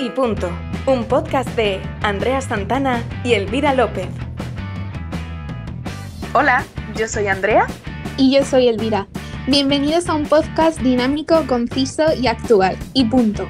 Y punto, un podcast de Andrea Santana y Elvira López. Hola, yo soy Andrea. Y yo soy Elvira. Bienvenidos a un podcast dinámico, conciso y actual. Y punto.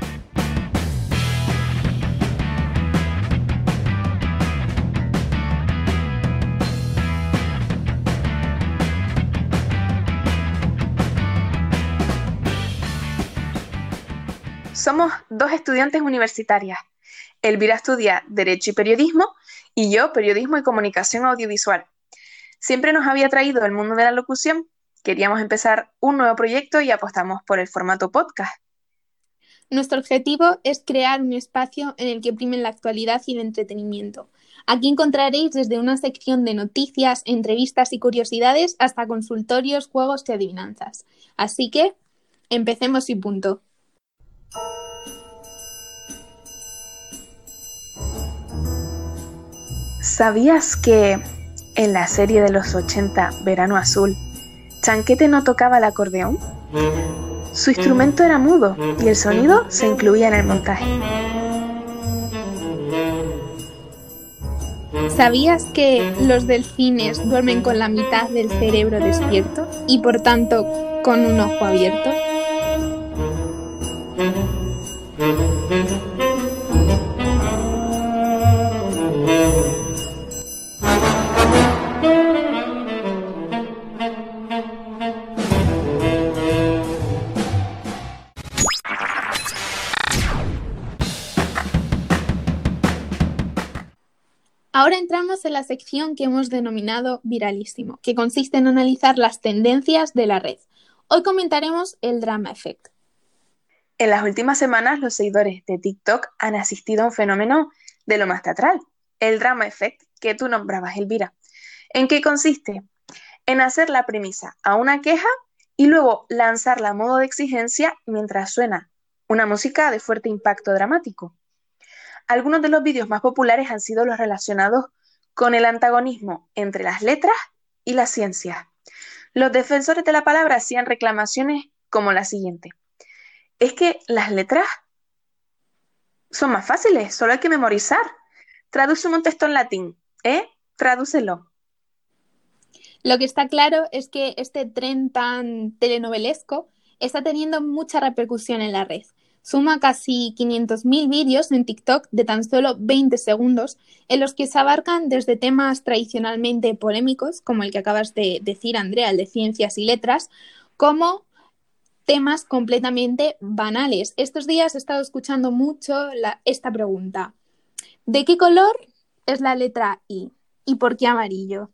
Somos dos estudiantes universitarias. Elvira estudia Derecho y Periodismo y yo Periodismo y Comunicación Audiovisual. Siempre nos había traído el mundo de la locución, queríamos empezar un nuevo proyecto y apostamos por el formato podcast. Nuestro objetivo es crear un espacio en el que primen la actualidad y el entretenimiento. Aquí encontraréis desde una sección de noticias, entrevistas y curiosidades hasta consultorios, juegos y adivinanzas. Así que, empecemos y punto. ¿Sabías que en la serie de los 80, Verano Azul, Chanquete no tocaba el acordeón? Su instrumento era mudo y el sonido se incluía en el montaje. ¿Sabías que los delfines duermen con la mitad del cerebro despierto y por tanto con un ojo abierto? Ahora entramos en la sección que hemos denominado Viralísimo, que consiste en analizar las tendencias de la red. Hoy comentaremos el Drama Effect. En las últimas semanas, los seguidores de TikTok han asistido a un fenómeno de lo más teatral, el Drama Effect, que tú nombrabas, Elvira. ¿En qué consiste? En hacer la premisa a una queja y luego lanzarla a modo de exigencia mientras suena una música de fuerte impacto dramático. Algunos de los vídeos más populares han sido los relacionados con el antagonismo entre las letras y las ciencias. Los defensores de la palabra hacían reclamaciones como la siguiente. Es que las letras son más fáciles, solo hay que memorizar. Traduce un texto en latín, Tradúcelo. Lo que está claro es que este tren tan telenovelesco está teniendo mucha repercusión en la red. Suma casi 500.000 vídeos en TikTok de tan solo 20 segundos, en los que se abarcan desde temas tradicionalmente polémicos, como el que acabas de decir, Andrea, el de ciencias y letras, como temas completamente banales. Estos días he estado escuchando mucho esta pregunta. ¿De qué color es la letra I? ¿Y por qué amarillo?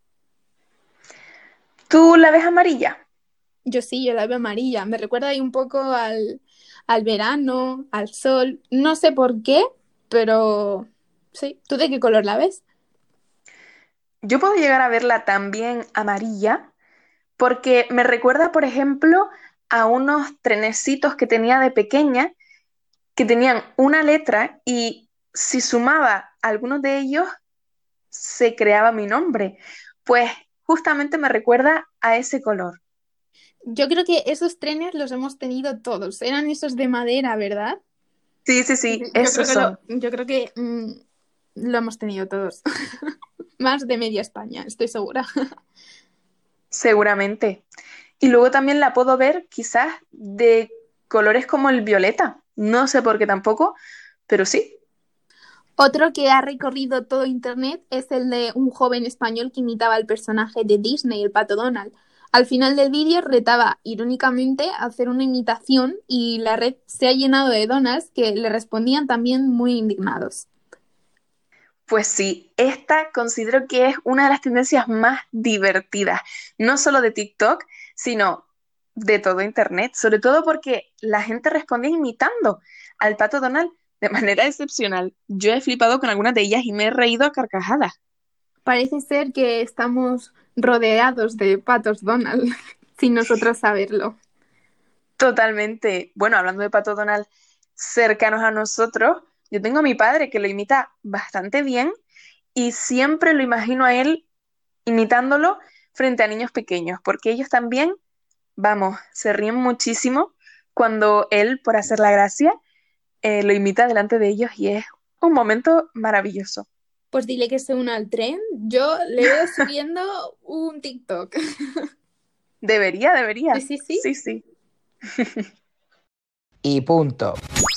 ¿Tú la ves amarilla? Yo sí, yo la veo amarilla. Me recuerda ahí un poco al verano, al sol. No sé por qué, pero sí. ¿Tú de qué color la ves? Yo puedo llegar a verla también amarilla porque me recuerda, por ejemplo, a unos trenecitos que tenía de pequeña que tenían una letra y si sumaba algunos de ellos se creaba mi nombre. Pues justamente me recuerda a ese color. Yo creo que esos trenes los hemos tenido todos. Eran esos de madera, ¿verdad? Sí, esos son. Yo creo que lo hemos tenido todos. Más de media España, estoy segura. Seguramente. Y luego también la puedo ver quizás de colores como el violeta. No sé por qué tampoco, pero sí. Otro que ha recorrido todo internet es el de un joven español que imitaba al personaje de Disney, el Pato Donald. Al final del vídeo retaba irónicamente a hacer una imitación y la red se ha llenado de Donalds que le respondían también muy indignados. Pues sí, esta considero que es una de las tendencias más divertidas, no solo de TikTok, sino de todo internet, sobre todo porque la gente respondía imitando al Pato Donald de manera excepcional. Yo he flipado con algunas de ellas y me he reído a carcajadas. Parece ser que estamos rodeados de patos Donald, sin nosotros saberlo. Totalmente. Bueno, hablando de Pato Donald cercanos a nosotros, yo tengo a mi padre que lo imita bastante bien y siempre lo imagino a él imitándolo frente a niños pequeños, porque ellos también, vamos, se ríen muchísimo cuando él, por hacer la gracia, lo imita delante de ellos y es un momento maravilloso. Pues dile que se una al tren. Yo le veo subiendo un TikTok. Debería. Sí. Sí. Y punto.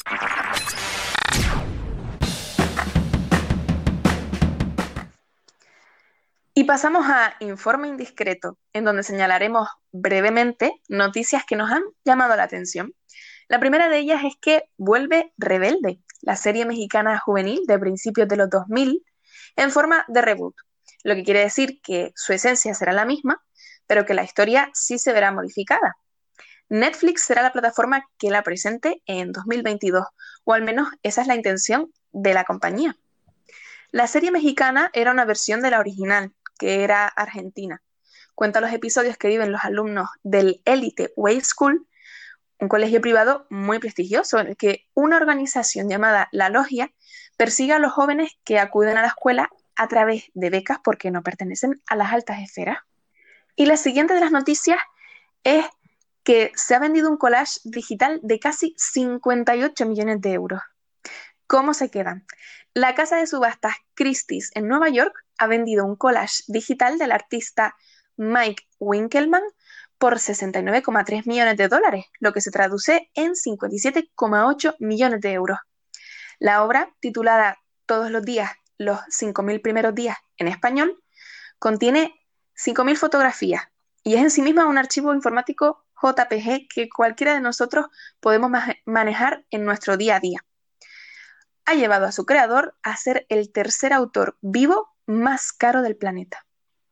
Y pasamos a Informe Indiscreto, en donde señalaremos brevemente noticias que nos han llamado la atención. La primera de ellas es que vuelve Rebelde, la serie mexicana juvenil de principios de los 2000, en forma de reboot, lo que quiere decir que su esencia será la misma, pero que la historia sí se verá modificada. Netflix será la plataforma que la presente en 2022, o al menos esa es la intención de la compañía. La serie mexicana era una versión de la original, que era argentina. Cuenta los episodios que viven los alumnos del Elite Way School, un colegio privado muy prestigioso en el que una organización llamada La Logia persigue a los jóvenes que acuden a la escuela a través de becas porque no pertenecen a las altas esferas. Y la siguiente de las noticias es que se ha vendido un collage digital de casi 58 millones de euros. ¿Cómo se quedan? La casa de subastas Christie's en Nueva York ha vendido un collage digital del artista Mike Winkelmann por 69,3 millones de dólares, lo que se traduce en 57,8 millones de euros. La obra, titulada Todos los días, los 5.000 primeros días en español, contiene 5.000 fotografías y es en sí misma un archivo informático JPG que cualquiera de nosotros podemos manejar en nuestro día a día. Ha llevado a su creador a ser el tercer autor vivo más caro del planeta.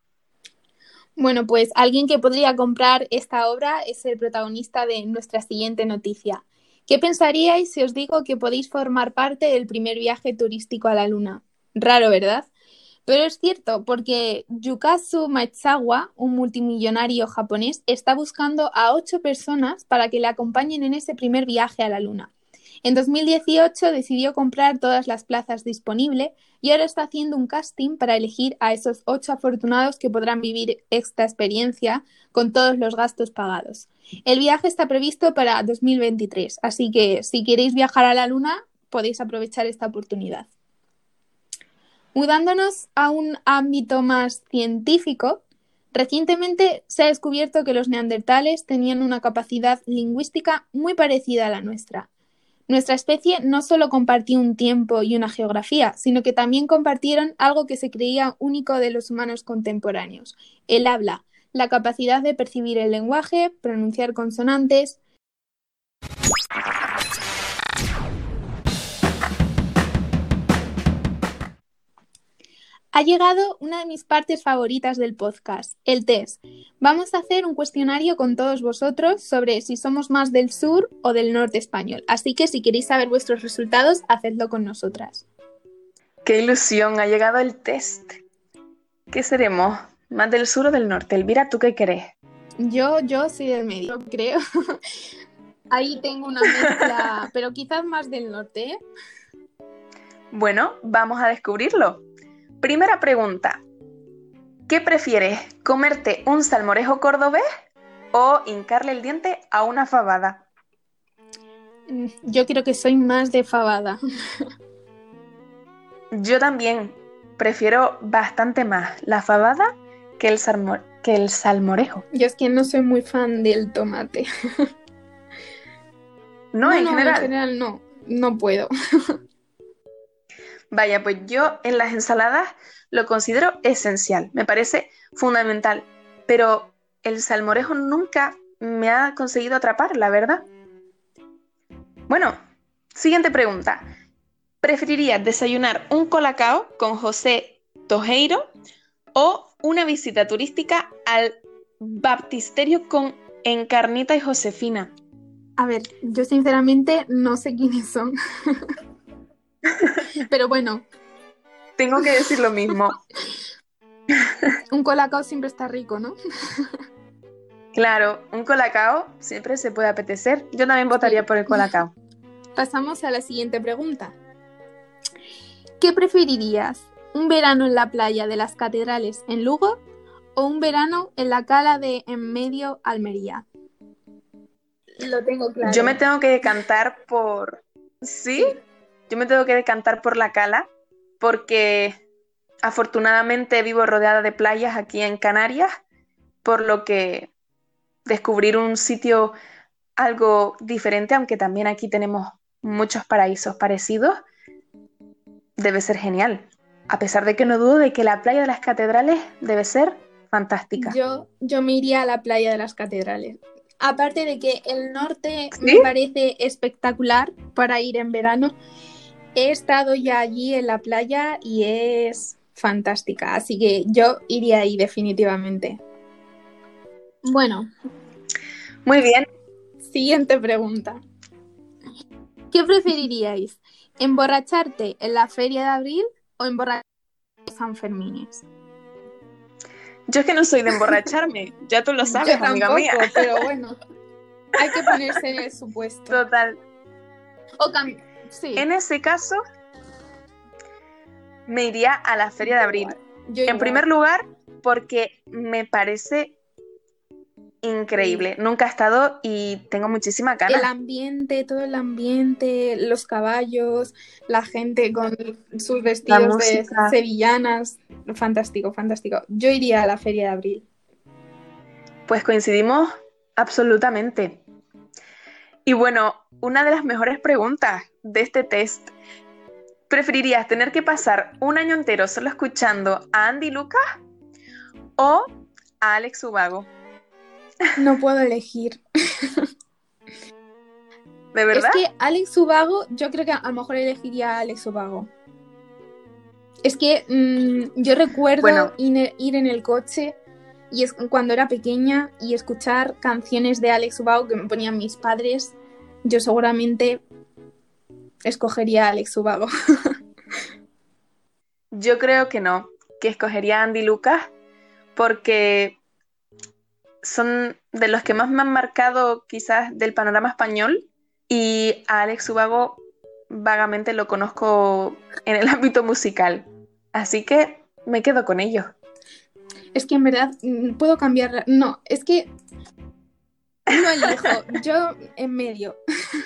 Bueno, pues alguien que podría comprar esta obra es el protagonista de nuestra siguiente noticia. ¿Qué pensaríais si os digo que podéis formar parte del primer viaje turístico a la Luna? Raro, ¿verdad? Pero es cierto, porque Yukazu Maezawa, un multimillonario japonés, está buscando a 8 personas para que le acompañen en ese primer viaje a la Luna. En 2018 decidió comprar todas las plazas disponibles y ahora está haciendo un casting para elegir a esos 8 afortunados que podrán vivir esta experiencia con todos los gastos pagados. El viaje está previsto para 2023, así que si queréis viajar a la Luna, podéis aprovechar esta oportunidad. Mudándonos a un ámbito más científico, recientemente se ha descubierto que los neandertales tenían una capacidad lingüística muy parecida a la nuestra. Nuestra especie no solo compartió un tiempo y una geografía, sino que también compartieron algo que se creía único de los humanos contemporáneos: el habla, la capacidad de percibir el lenguaje, pronunciar consonantes. Ha llegado una de mis partes favoritas del podcast, el test. Vamos a hacer un cuestionario con todos vosotros sobre si somos más del sur o del norte español. Así que si queréis saber vuestros resultados, hacedlo con nosotras. ¡Qué ilusión! Ha llegado el test. ¿Qué seremos? ¿Más del sur o del norte? Elvira, ¿tú qué crees? Yo soy del medio, creo. Ahí tengo una mezcla, pero quizás más del norte, ¿eh? Bueno, vamos a descubrirlo. Primera pregunta. ¿Qué prefieres? ¿Comerte un salmorejo cordobés o hincarle el diente a una fabada? Yo creo que soy más de fabada. Yo también prefiero bastante más la fabada que el salmorejo. Yo es que no soy muy fan del tomate. No, en general. En general no puedo. Vaya, pues yo en las ensaladas lo considero esencial, me parece fundamental, pero el salmorejo nunca me ha conseguido atrapar, la verdad. Bueno, siguiente pregunta. ¿Preferirías desayunar un colacao con José Tojeiro o una visita turística al baptisterio con Encarnita y Josefina? A ver, yo sinceramente no sé quiénes son. Pero bueno. Tengo que decir lo mismo. Un colacao siempre está rico, ¿no? Claro, un colacao siempre se puede apetecer. Yo también votaría por el colacao. Pasamos a la siguiente pregunta. ¿Qué preferirías? ¿Un verano en la playa de las Catedrales en Lugo o un verano en la cala de Enmedio, Almería? Lo tengo claro. Yo me tengo que decantar por ¿Sí? Yo me tengo que decantar por la Cala porque afortunadamente vivo rodeada de playas aquí en Canarias, por lo que descubrir un sitio algo diferente, aunque también aquí tenemos muchos paraísos parecidos, debe ser genial. A pesar de que no dudo de que la playa de las catedrales debe ser fantástica. Yo me iría a la playa de las catedrales. Aparte de que el norte ¿Sí? me parece espectacular para ir en verano. He estado ya allí en la playa y es fantástica, así que yo iría ahí definitivamente. Bueno, Muy bien. siguiente pregunta. ¿Qué preferiríais? ¿Emborracharte en la Feria de Abril o emborracharte en San Fermines? Yo es que no soy de emborracharme, ya tú lo sabes, Yo amiga tampoco, mía. pero bueno, hay que ponerse en el supuesto. Total. Sí. En ese caso, me iría a la Feria de Abril. Yo En igual. primer lugar, porque me parece increíble. Nunca he estado y tengo muchísima El ganas. ambiente, todo el ambiente, los caballos, la gente con sus La vestidos de música. sevillanas. Fantástico, fantástico. Yo iría a la Feria de Abril. Pues coincidimos absolutamente. Y bueno, una de las mejores preguntas de este test. ¿Preferirías tener que pasar un año entero solo escuchando a Andy Lucas o a Alex Ubago? No puedo elegir. ¿De verdad? Es que Alex Ubago, yo creo que a lo mejor elegiría a Alex Ubago. Es que yo recuerdo Bueno. ir en el coche y cuando era pequeña y escuchar canciones de Alex Ubago que me ponían mis padres. Yo seguramente escogería a Alex Ubago. Yo creo que no, que escogería a Andy Lucas porque son de los que más me han marcado quizás del panorama español, y a Alex Ubago vagamente lo conozco en el ámbito musical, así que me quedo con ellos. Es que en verdad puedo cambiar. No, es que no elijo. Yo en medio.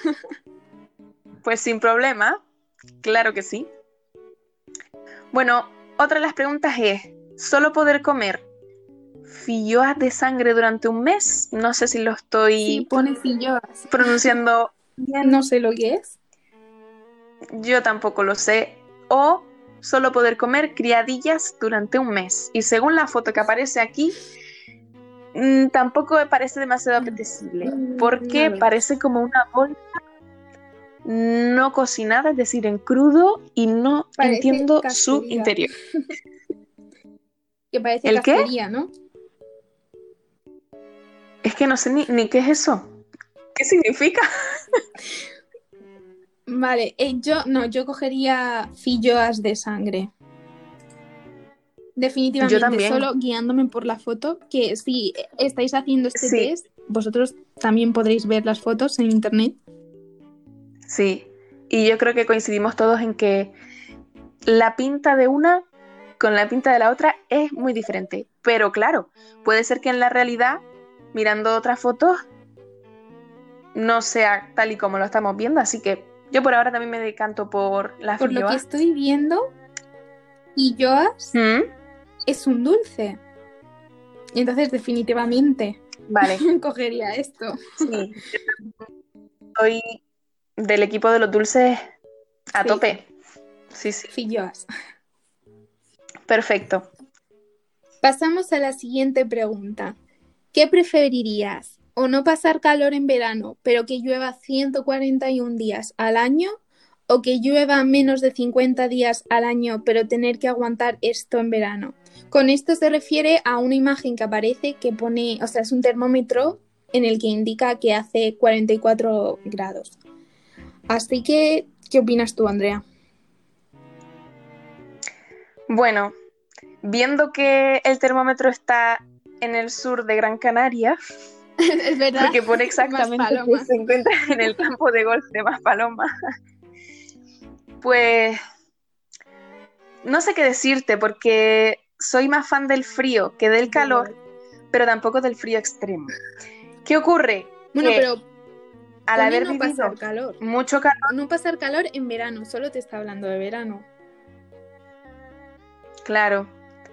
Pues sin problema, claro que sí. Bueno, otra de las preguntas es, ¿solo poder comer filloas de sangre durante un mes? No sé si lo Sí, estoy pone filloas. pronunciando bien. No sé lo que es. Yo tampoco lo sé. O solo poder comer criadillas durante un mes. Y según la foto que aparece aquí, tampoco me parece demasiado apetecible, porque No lo parece como una bolsa no cocinada, es decir, en crudo, y no Parece entiendo su cacería. interior. Que parece ¿El qué? cacería, ¿no? Es que no sé ni qué es eso. ¿Qué significa? Vale, yo cogería filloas de sangre. Definitivamente, Yo también. solo guiándome por la foto, que si estáis haciendo este Sí. test, vosotros también podréis ver las fotos en internet. Sí, y yo creo que coincidimos todos en que la pinta de una con la pinta de la otra es muy diferente. Pero claro, puede ser que en la realidad, mirando otras fotos, no sea tal y como lo estamos viendo. Así que yo por ahora también me decanto por la Por lo que filloa. estoy viendo, filloas es un dulce. Entonces, definitivamente, Vale, cogería esto. sí. Soy del equipo de los dulces a Sí. tope. Sí, sí. Filloas. Perfecto. Pasamos a la siguiente pregunta. ¿Qué preferirías? ¿O no pasar calor en verano, pero que llueva 141 días al año? ¿O que llueva menos de 50 días al año, pero tener que aguantar esto en verano? Con esto se refiere a una imagen que aparece que pone, o sea, es un termómetro en el que indica que hace 44 grados. Así que, ¿qué opinas tú, Andrea? Bueno, viendo que el termómetro está en el sur de Gran Canaria, Es verdad. porque pone exactamente que Maspalomas. se encuentra en el campo de golf de Maspalomas, pues no sé qué decirte, porque soy más fan del frío que del calor, pero tampoco del frío extremo. ¿Qué ocurre? Bueno, Que pero al Pone haber no vivido pasar calor. mucho calor, No pasar calor en verano, solo te está hablando de verano. claro.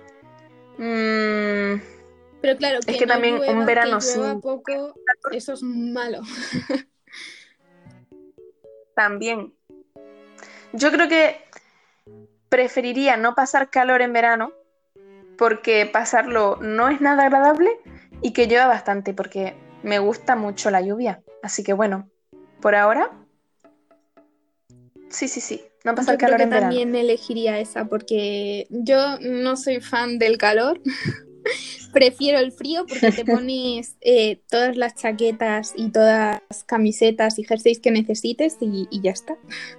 Mm, Pero claro, es que que no también un llueva, verano que llueva sin poco, eso es malo. también. Yo creo que preferiría no pasar calor en verano porque pasarlo no es nada agradable y que llueva bastante porque me gusta mucho la lluvia. Así que bueno, por ahora, sí, no pasar Yo creo calor que en verano. también elegiría esa porque yo no soy fan del calor. Prefiero el frío porque te pones todas las chaquetas y todas las camisetas y jerseys que necesites y ya está.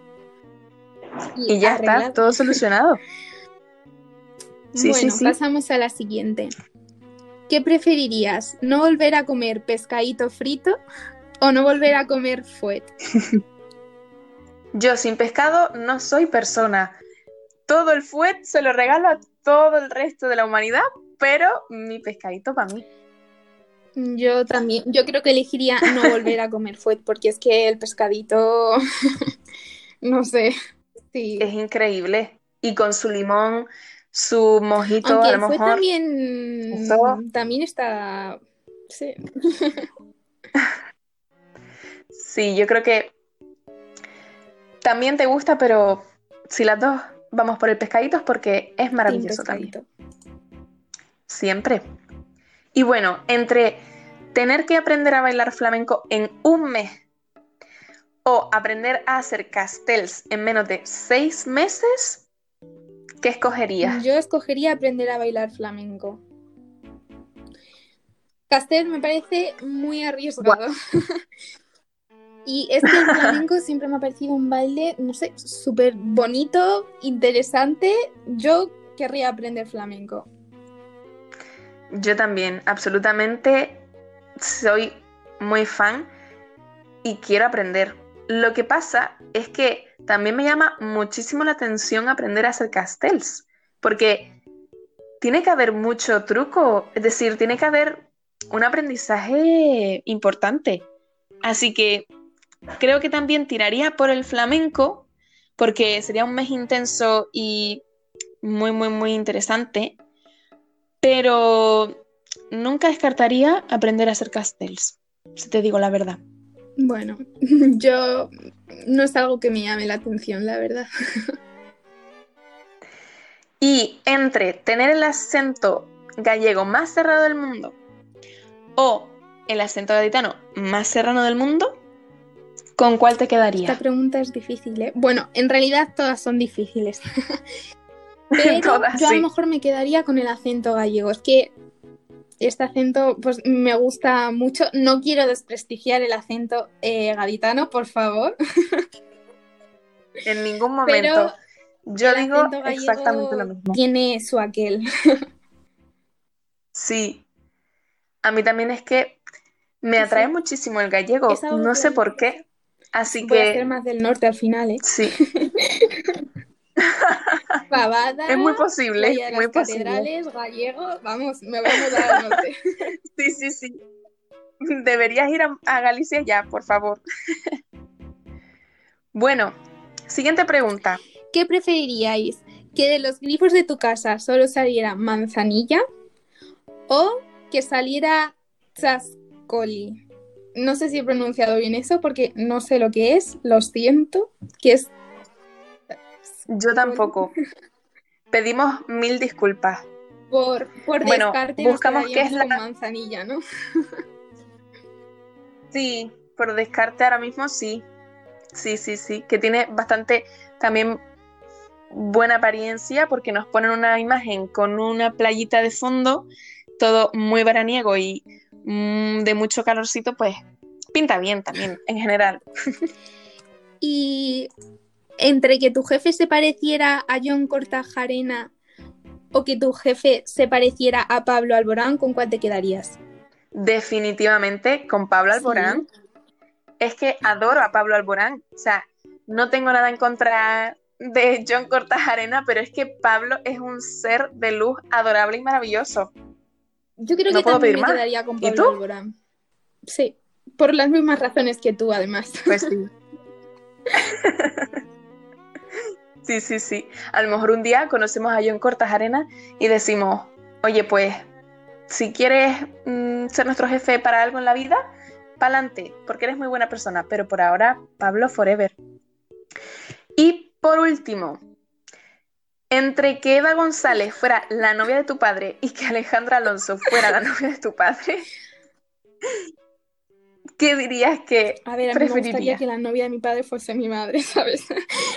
Y ya está, Arreglado. todo solucionado. Bueno, Sí. pasamos a la siguiente. ¿Qué preferirías? ¿No volver a comer pescadito frito o no volver a comer fuet? Yo sin pescado no soy persona. Todo el fuet se lo regalo a todo el resto de la humanidad, pero mi pescadito para mí. Yo también, yo creo que elegiría no volver a comer fuet porque es que el pescadito, no sé, sí. Es increíble. Y con su limón, su mojito, Aunque a lo el fuet mejor. Eso, también está, sí. sí, yo creo que también te gusta, pero si las dos vamos por el pescadito es porque es Team maravilloso también. pescadito. Siempre. Y bueno, entre tener que aprender a bailar flamenco en un mes o aprender a hacer castells en menos de 6 meses, ¿qué escogerías? Yo escogería aprender a bailar flamenco. Castell me parece muy arriesgado. Y es que el flamenco siempre me ha parecido un baile, no sé, súper bonito, interesante. Yo querría aprender flamenco. Yo también, absolutamente soy muy fan y quiero aprender. Lo que pasa es que también me llama muchísimo la atención aprender a hacer castells, porque tiene que haber mucho truco, es decir, tiene que haber un aprendizaje importante. Así que creo que también tiraría por el flamenco, porque sería un mes intenso y muy interesante, pero nunca descartaría aprender a hacer castells, si te digo la verdad. Bueno, yo no es algo que me llame la atención, la verdad. Y entre tener el acento gallego más cerrado del mundo o el acento gaditano más serrano del mundo, ¿con cuál te Esta quedarías? pregunta es difícil, ¿eh? Bueno, en realidad todas son difíciles. Pero Todas, yo a lo sí. mejor me quedaría con el acento gallego. Es que este acento pues me gusta mucho. No quiero desprestigiar el acento gaditano, por favor. En ningún Pero momento. Yo el digo acento exactamente lo gallego mismo. tiene su aquel. Sí, a mí también es que me atrae Sí, muchísimo el gallego, es algo no que sé por dices. qué. Así Voy a ser que más del norte al final, ¿eh? sí, Pavada, es muy posible, Playa de muy las posible. Catedrales, gallego, vamos, me voy a mudar al norte. Sí. Deberías ir a Galicia ya, por favor. Bueno, siguiente pregunta. ¿Qué preferiríais? ¿Que de los grifos de tu casa solo saliera manzanilla o que saliera chascoli? No sé si he pronunciado bien eso porque no sé lo que es, lo siento, que es Yo tampoco. Pedimos 1000 disculpas. por Bueno, descarte nos buscamos qué es quedaríamos la... con manzanilla, ¿no? Sí, por descarte ahora mismo sí. Sí, que tiene bastante también buena apariencia porque nos ponen una imagen con una playita de fondo, todo muy veraniego y de mucho calorcito, pues pinta bien también en general. Y entre que tu jefe se pareciera a John Cortajarena o que tu jefe se pareciera a Pablo Alborán, ¿con cuál te quedarías? Definitivamente con Pablo Alborán. Sí. Es que adoro a Pablo Alborán. O sea, no tengo nada en contra de John Cortajarena, pero es que Pablo es un ser de luz adorable y maravilloso. Yo creo No que puedo también pedir me más. quedaría con ¿Y tú? Pablo Alborán. Sí. Por las mismas razones que tú, además. Pues sí. Sí, sí, sí. A lo mejor un día conocemos a John Cortajarena y decimos, oye, pues, si quieres ser nuestro jefe para algo en la vida, pa'lante, porque eres muy buena persona. Pero por ahora, Pablo forever. Y por último, entre que Eva González fuera la novia de tu padre y que Alejandra Alonso fuera la novia de tu padre, ¿qué dirías que A ver, a mí me gustaría preferirías? que la novia de mi padre fuese mi madre, ¿sabes?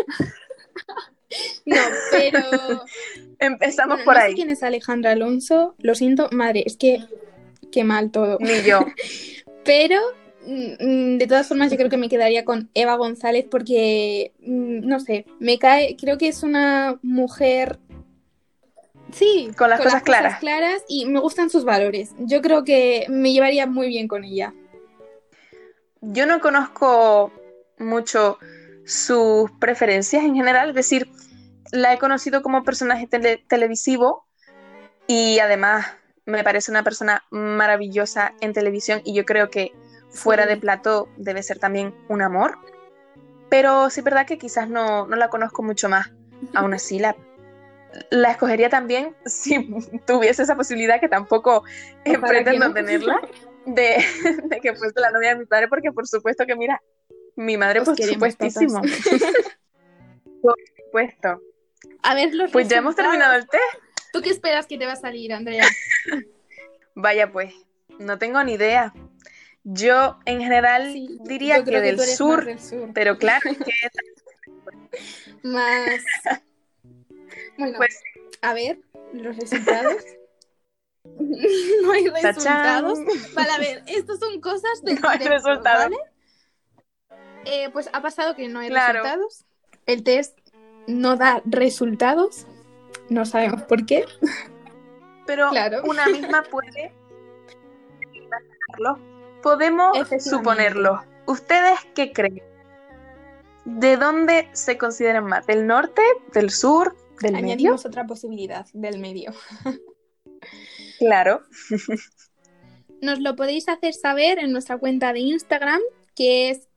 No, pero... Empezamos Bueno, por no sé ahí. quién es Alejandra Alonso, lo siento, madre, es que qué mal todo. Ni yo. Pero, de todas formas, yo creo que me quedaría con Eva González porque, no sé, me cae, creo que es una mujer, sí, Con las cosas claras. y me gustan sus valores. Yo creo que me llevaría muy bien con ella. Yo no conozco mucho sus preferencias en general, es decir, la he conocido como personaje televisivo y además me parece una persona maravillosa en televisión y yo creo que fuera Sí. de plató debe ser también un amor, pero sí es verdad que quizás no la conozco mucho más. Aún así la escogería también si tuviese esa posibilidad, que tampoco Ojalá pretendo que no. tenerla, de que fuese la novia de mi padre, porque por supuesto que, mira, mi madre, Os por queremos, supuestísimo. papas. Por supuesto. A ver los Pues ya hemos terminado el test. ¿Tú qué esperas que te va a salir, Andrea? Vaya pues, no tengo ni idea. Yo en general Sí, diría yo creo que del tú eres sur, más del sur. pero claro, es que Más... Bueno, pues a ver, los resultados. No hay resultados. ¡tachán! Vale, a ver, estas son cosas del No hay directo, resultado. ¿vale? Pues ha pasado que no hay Claro. resultados. El test no da resultados. No sabemos por qué. Pero Claro. una misma puede imaginarlo. Podemos Efectivamente. suponerlo. ¿Ustedes qué creen? ¿De dónde se consideran más? ¿Del norte? ¿Del sur? ¿Del medio? Añadimos otra posibilidad del medio. Claro. Nos lo podéis hacer saber en nuestra cuenta de Instagram, que es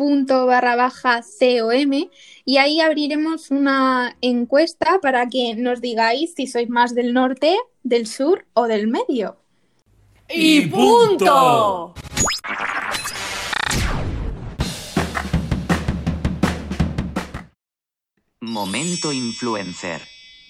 i._com, y ahí abriremos una encuesta para que nos digáis si sois más del norte, del sur o del medio. ¡Y punto! Momento influencer.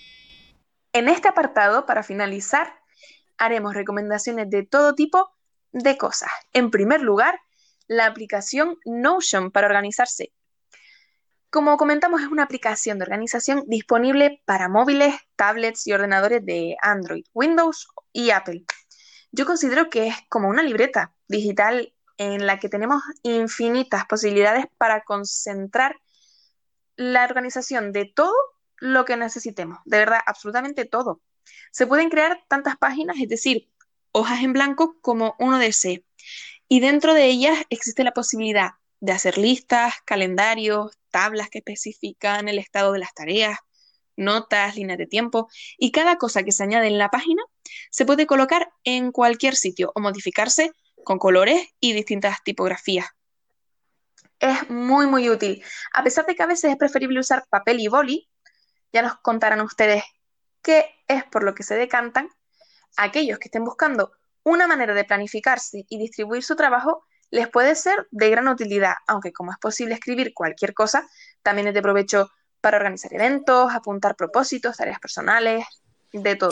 En este apartado, para finalizar, haremos recomendaciones de todo tipo de cosas. En primer lugar, la aplicación Notion para organizarse. Como comentamos, es una aplicación de organización disponible para móviles, tablets y ordenadores de Android, Windows y Apple. Yo considero que es como una libreta digital en la que tenemos infinitas posibilidades para concentrar la organización de todo lo que necesitemos, de verdad, absolutamente todo. Se pueden crear tantas páginas, es decir, hojas en blanco como uno desee. Y dentro de ellas existe la posibilidad de hacer listas, calendarios, tablas que especifican el estado de las tareas, notas, líneas de tiempo, y cada cosa que se añade en la página se puede colocar en cualquier sitio o modificarse con colores y distintas tipografías. Es muy, muy útil. A pesar de que a veces es preferible usar papel y boli, ya nos contarán ustedes qué es por lo que se decantan. Aquellos que estén buscando una manera de planificarse y distribuir su trabajo les puede ser de gran utilidad, aunque como es posible escribir cualquier cosa, también es de provecho para organizar eventos, apuntar propósitos, tareas personales, de todo.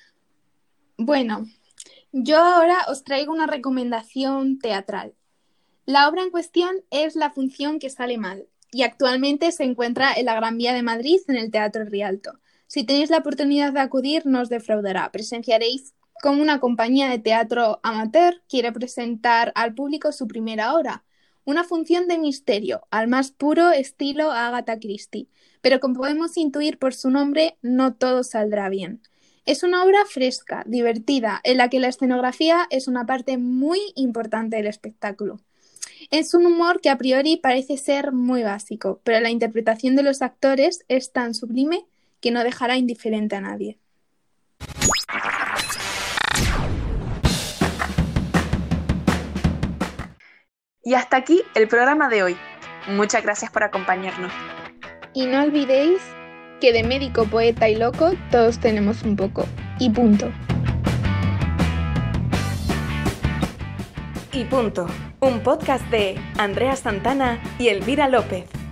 Bueno, yo ahora os traigo una recomendación teatral. La obra en cuestión es La función que sale mal y actualmente se encuentra en la Gran Vía de Madrid en el Teatro Rialto. Si tenéis la oportunidad de acudir, no os defraudará. Presenciaréis cómo una compañía de teatro amateur quiere presentar al público su primera obra, una función de misterio, al más puro estilo Agatha Christie. Pero como podemos intuir por su nombre, no todo saldrá bien. Es una obra fresca, divertida, en la que la escenografía es una parte muy importante del espectáculo. Es un humor que a priori parece ser muy básico, pero la interpretación de los actores es tan sublime que no dejará indiferente a nadie. Y hasta aquí el programa de hoy. Muchas gracias por acompañarnos. Y no olvidéis que de médico, poeta y loco todos tenemos un poco. Y punto. Y punto. Un podcast de Andrea Santana y Elvira López.